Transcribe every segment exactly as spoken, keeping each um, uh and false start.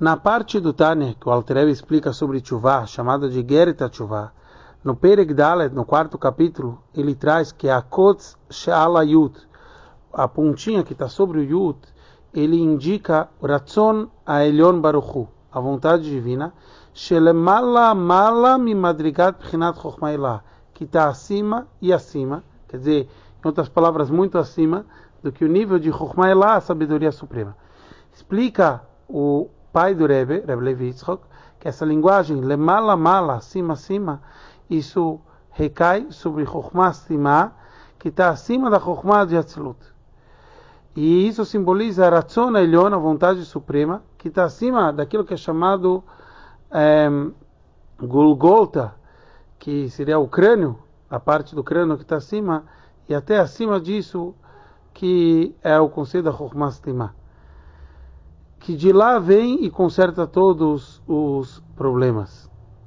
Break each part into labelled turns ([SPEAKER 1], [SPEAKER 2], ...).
[SPEAKER 1] Na parte do Tânia, que o Alter Rebbe explica sobre Tchuvah, chamada de Gerita Tchuvah, no Perek Dalet, no quarto capítulo, ele traz que a Kotz She'ala Yud, a pontinha que está sobre o Yud, ele indica Ratzon Ha'elyon Baruch Hu, a vontade divina, Shelemala Mala Mimadrigat Pchinat Chochma Elah, que está acima e acima, quer dizer, em outras palavras, muito acima do que o nível de Chochma Elah, a sabedoria suprema. Explica o pai do Rebbe, Rebbe Levi Yitzchok, que essa linguagem, Lemala Mala, acima, acima, isso recai sobre Chochma Stima, que está acima da Chochma de Atzilut. E isso simboliza a Ratzon Elyon, a vontade suprema, que está acima daquilo que é chamado é, Golgotha, que seria o crânio, a parte do crânio que está acima, e até acima disso, que é o conceito da Chochma Stima, que de lá vem e conserta todos os problemas.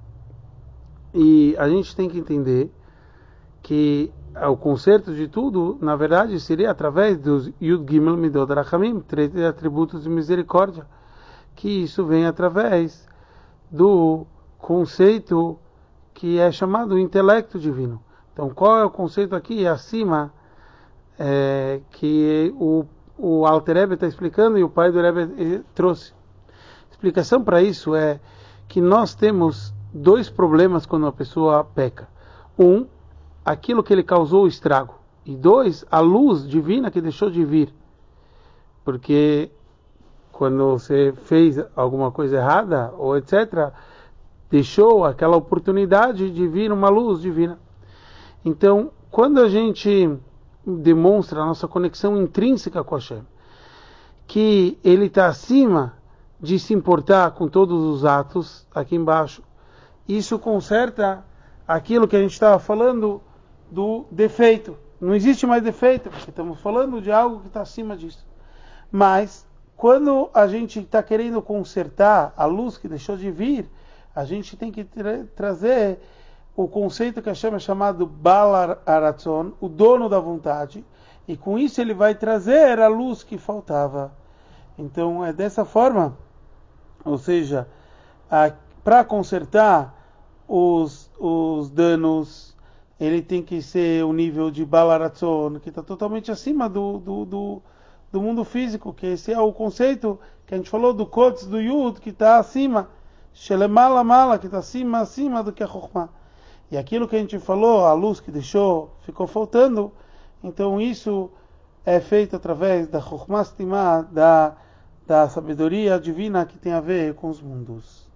[SPEAKER 1] E a gente tem que entender que o conserto de tudo, na verdade, seria através dos Yud Gimel Midot Rachamim, treze atributos de misericórdia, que isso vem através do conceito que é chamado intelecto divino. Então, qual é o conceito aqui acima é, que o, o Alter Rebbe está explicando e o pai do Rebbe trouxe? Explicação para isso é que nós temos dois problemas quando uma pessoa peca. Um, aquilo que ele causou o estrago. E dois, a luz divina que deixou de vir. Porque quando você fez alguma coisa errada, ou etcétera, deixou aquela oportunidade de vir uma luz divina. Então, quando a gente demonstra a nossa conexão intrínseca com Hashem, que ele está acima de se importar com todos os atos, aqui embaixo, isso conserta aquilo que a gente estava falando do defeito. Não existe mais defeito, porque estamos falando de algo que está acima disso. Mas, quando a gente está querendo consertar a luz que deixou de vir, a gente tem que tra- trazer o conceito que a chama chamado Baal Haratzon, o dono da vontade, e com isso ele vai trazer a luz que faltava. Então, é dessa forma, ou seja, para consertar os, os danos, ele tem que ser o nível de Baal Haratzon, que está totalmente acima do, do, do, do mundo físico, que esse é o conceito que a gente falou do Kotz, do Yud, que está acima, Shelemala Mala, que está acima, acima do que a Chokhmah. E aquilo que a gente falou, a luz que deixou, ficou faltando, então isso é feito através da Chokhmah Stima, da, da sabedoria divina que tem a ver com os mundos.